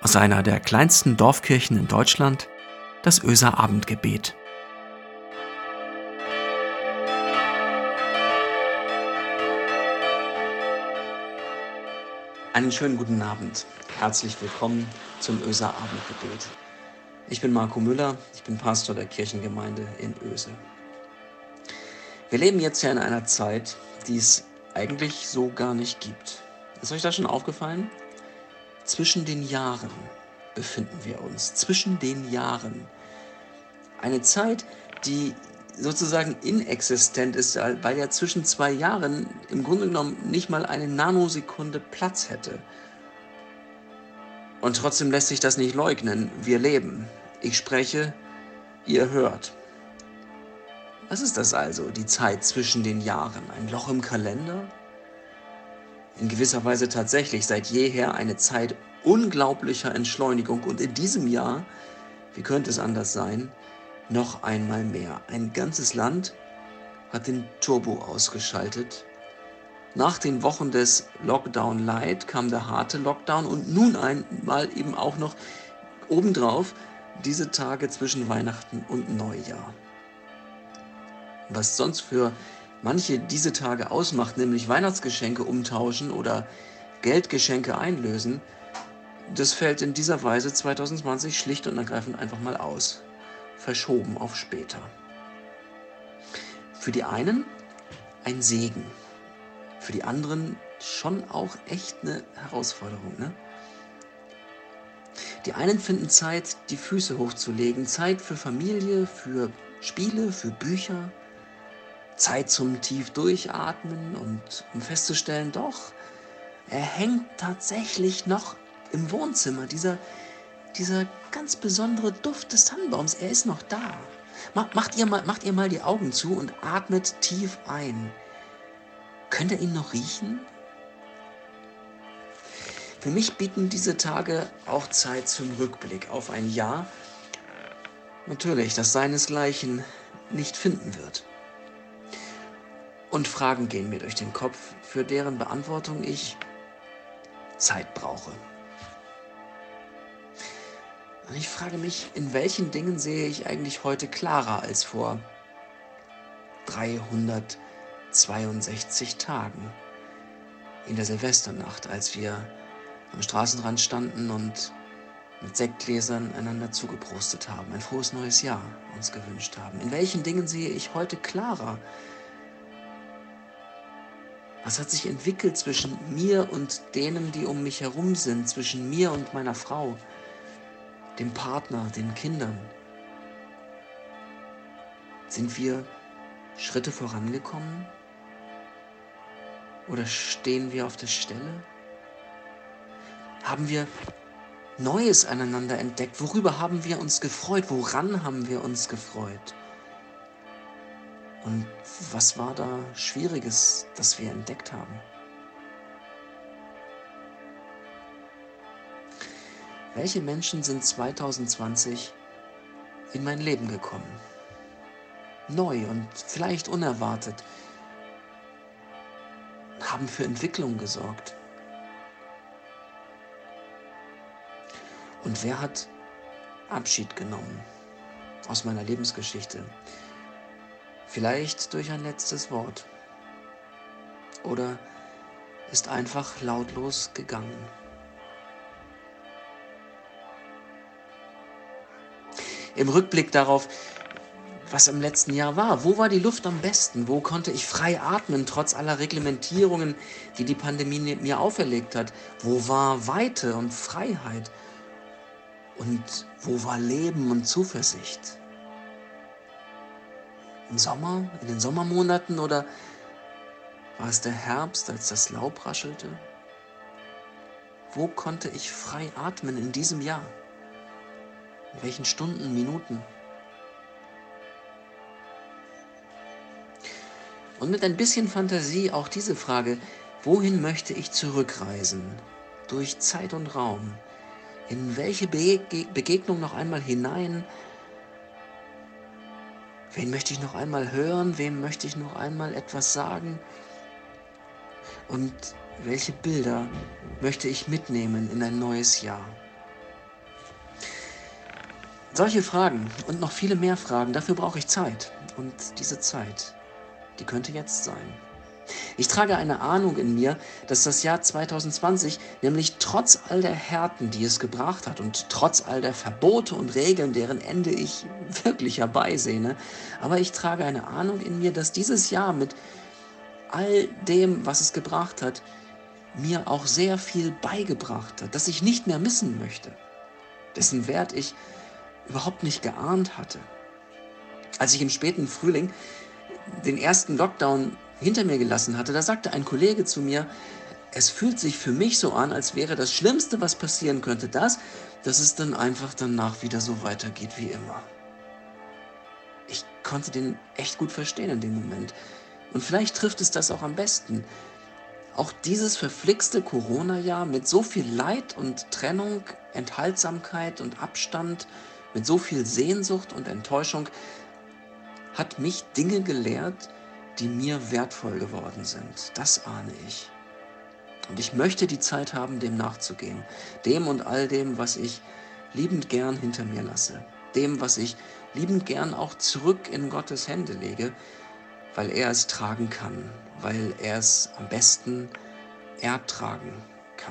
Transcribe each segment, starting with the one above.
aus einer der kleinsten Dorfkirchen in Deutschland, das Oeser Abendgebet. Einen schönen guten Abend. Herzlich willkommen zum Oeser Abendgebet. Ich bin Marco Müller, ich bin Pastor der Kirchengemeinde in Oese. Wir leben jetzt ja in einer Zeit, die es eigentlich so gar nicht gibt. Ist euch das schon aufgefallen? Zwischen den Jahren befinden wir uns. Zwischen den Jahren. Eine Zeit, die sozusagen inexistent ist, weil ja zwischen zwei Jahren im Grunde genommen nicht mal eine Nanosekunde Platz hätte. Und trotzdem lässt sich das nicht leugnen. Wir leben. Ich spreche, ihr hört. Was ist das also, die Zeit zwischen den Jahren? Ein Loch im Kalender? In gewisser Weise tatsächlich seit jeher eine Zeit unglaublicher Entschleunigung und in diesem Jahr, wie könnte es anders sein, noch einmal mehr. Ein ganzes Land hat den Turbo ausgeschaltet. Nach den Wochen des Lockdown Light kam der harte Lockdown und nun einmal eben auch noch obendrauf diese Tage zwischen Weihnachten und Neujahr. Was sonst für manche diese Tage ausmacht, nämlich Weihnachtsgeschenke umtauschen oder Geldgeschenke einlösen, das fällt in dieser Weise 2020 schlicht und ergreifend einfach mal aus. Verschoben auf später. Für die einen ein Segen, für die anderen schon auch echt eine Herausforderung, ne? Die einen finden Zeit, die Füße hochzulegen, Zeit für Familie, für Spiele, für Bücher, Zeit zum tief durchatmen und um festzustellen, doch, er hängt tatsächlich noch im Wohnzimmer, dieser ganz besondere Duft des Tannenbaums, er ist noch da. Macht ihr mal die Augen zu und atmet tief ein. Könnt ihr ihn noch riechen? Für mich bieten diese Tage auch Zeit zum Rückblick auf ein Jahr, natürlich, das seinesgleichen nicht finden wird. Und Fragen gehen mir durch den Kopf, für deren Beantwortung ich Zeit brauche. Und ich frage mich, in welchen Dingen sehe ich eigentlich heute klarer als vor 362 Tagen in der Silvesternacht, als wir am Straßenrand standen und mit Sektgläsern einander zugeprostet haben, ein frohes neues Jahr uns gewünscht haben. In welchen Dingen sehe ich heute klarer? Was hat sich entwickelt zwischen mir und denen, die um mich herum sind, zwischen mir und meiner Frau, dem Partner, den Kindern? Sind wir Schritte vorangekommen? Oder stehen wir auf der Stelle? Haben wir Neues aneinander entdeckt? Worüber haben wir uns gefreut? Woran haben wir uns gefreut? Und was war da Schwieriges, das wir entdeckt haben? Welche Menschen sind 2020 in mein Leben gekommen? Neu und vielleicht unerwartet. Haben für Entwicklung gesorgt. Und wer hat Abschied genommen aus meiner Lebensgeschichte? Vielleicht durch ein letztes Wort. Oder ist einfach lautlos gegangen. Im Rückblick darauf, was im letzten Jahr war. Wo war die Luft am besten? Wo konnte ich frei atmen, trotz aller Reglementierungen, die die Pandemie mir auferlegt hat? Wo war Weite und Freiheit? Und wo war Leben und Zuversicht? Im Sommer, in den Sommermonaten oder war es der Herbst, als das Laub raschelte? Wo konnte ich frei atmen in diesem Jahr? In welchen Stunden, Minuten? Und mit ein bisschen Fantasie auch diese Frage, wohin möchte ich zurückreisen? Durch Zeit und Raum. In welche Begegnung noch einmal hinein? Wen möchte ich noch einmal hören? Wem möchte ich noch einmal etwas sagen? Und welche Bilder möchte ich mitnehmen in ein neues Jahr? Solche Fragen und noch viele mehr Fragen, dafür brauche ich Zeit. Und diese Zeit, die könnte jetzt sein. Ich trage eine Ahnung in mir, dass das Jahr 2020 nämlich trotz all der Härten, die es gebracht hat und trotz all der Verbote und Regeln, deren Ende ich wirklich herbeisehne, aber ich trage eine Ahnung in mir, dass dieses Jahr mit all dem, was es gebracht hat, mir auch sehr viel beigebracht hat, das ich nicht mehr missen möchte, dessen Wert ich überhaupt nicht geahnt hatte. Als ich im späten Frühling den ersten Lockdown hinter mir gelassen hatte, da sagte ein Kollege zu mir, es fühlt sich für mich so an, als wäre das Schlimmste, was passieren könnte, dass es dann einfach danach wieder so weitergeht wie immer. Ich konnte den echt gut verstehen in dem Moment. Und vielleicht trifft es das auch am besten. Auch dieses verflixte Corona-Jahr mit so viel Leid und Trennung, Enthaltsamkeit und Abstand, mit so viel Sehnsucht und Enttäuschung, hat mich Dinge gelehrt, die mir wertvoll geworden sind. Das ahne ich. Und ich möchte die Zeit haben, dem nachzugehen. Dem und all dem, was ich liebend gern hinter mir lasse. Dem, was ich liebend gern auch zurück in Gottes Hände lege, weil er es tragen kann, weil er es am besten ertragen kann.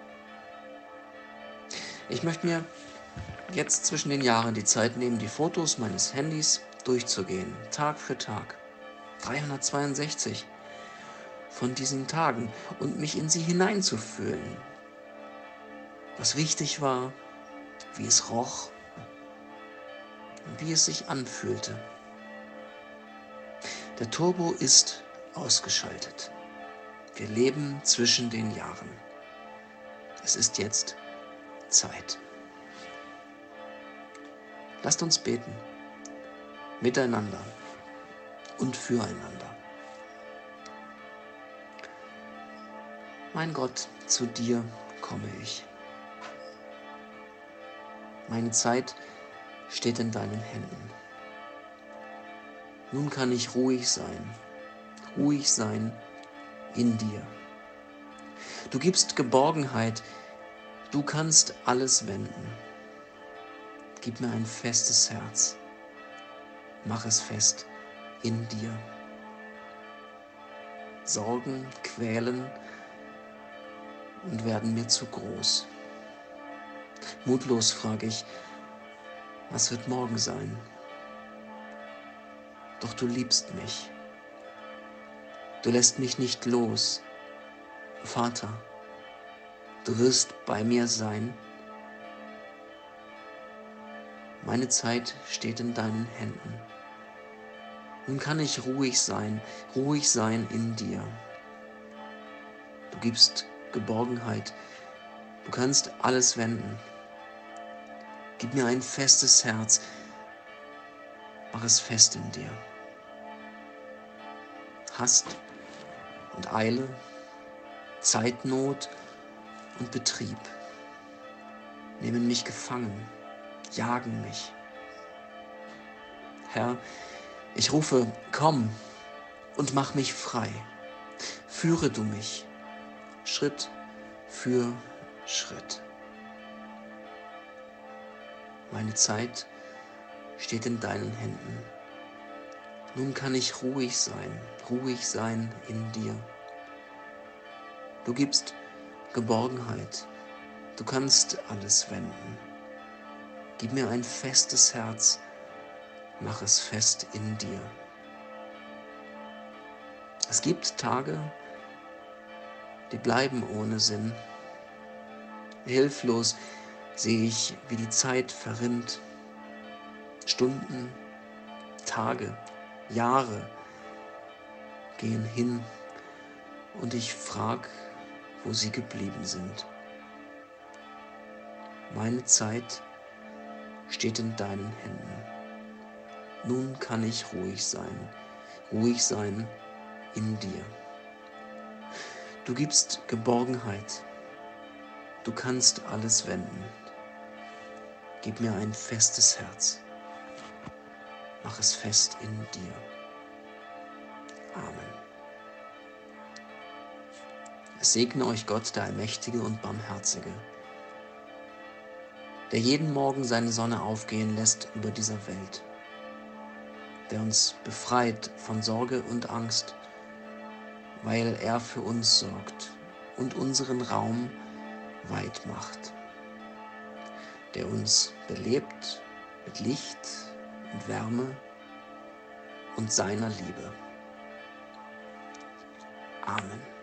Ich möchte mir jetzt zwischen den Jahren die Zeit nehmen, die Fotos meines Handys durchzugehen, Tag für Tag. 362 von diesen Tagen und mich in sie hineinzufühlen. Was wichtig war, wie es roch und wie es sich anfühlte. Der Turbo ist ausgeschaltet. Wir leben zwischen den Jahren. Es ist jetzt Zeit. Lasst uns beten. Miteinander und füreinander. Mein Gott, zu dir komme ich. Meine Zeit steht in deinen Händen. Nun kann ich ruhig sein in dir. Du gibst Geborgenheit, du kannst alles wenden. Gib mir ein festes Herz, mach es fest in dir. Sorgen quälen und werden mir zu groß. Mutlos frage ich, was wird morgen sein? Doch du liebst mich. Du lässt mich nicht los. Vater, du wirst bei mir sein. Meine Zeit steht in deinen Händen. Nun kann ich ruhig sein in dir. Du gibst Geborgenheit. Du kannst alles wenden. Gib mir ein festes Herz. Mach es fest in dir. Hast und Eile, Zeitnot und Betrieb nehmen mich gefangen, jagen mich. Herr, ich rufe, komm und mach mich frei. Führe du mich Schritt für Schritt. Meine Zeit steht in deinen Händen. Nun kann ich ruhig sein in dir. Du gibst Geborgenheit, du kannst alles wenden. Gib mir ein festes Herz, mach es fest in dir. Es gibt Tage, die bleiben ohne Sinn. Hilflos sehe ich, wie die Zeit verrinnt. Stunden, Tage, Jahre gehen hin und ich frag, wo sie geblieben sind. Meine Zeit steht in deinen Händen. Nun kann ich ruhig sein in dir. Du gibst Geborgenheit, du kannst alles wenden. Gib mir ein festes Herz, mach es fest in dir. Amen. Es segne euch Gott, der Allmächtige und Barmherzige, der jeden Morgen seine Sonne aufgehen lässt über dieser Welt, der uns befreit von Sorge und Angst, weil er für uns sorgt und unseren Raum weit macht, der uns belebt mit Licht und Wärme und seiner Liebe. Amen.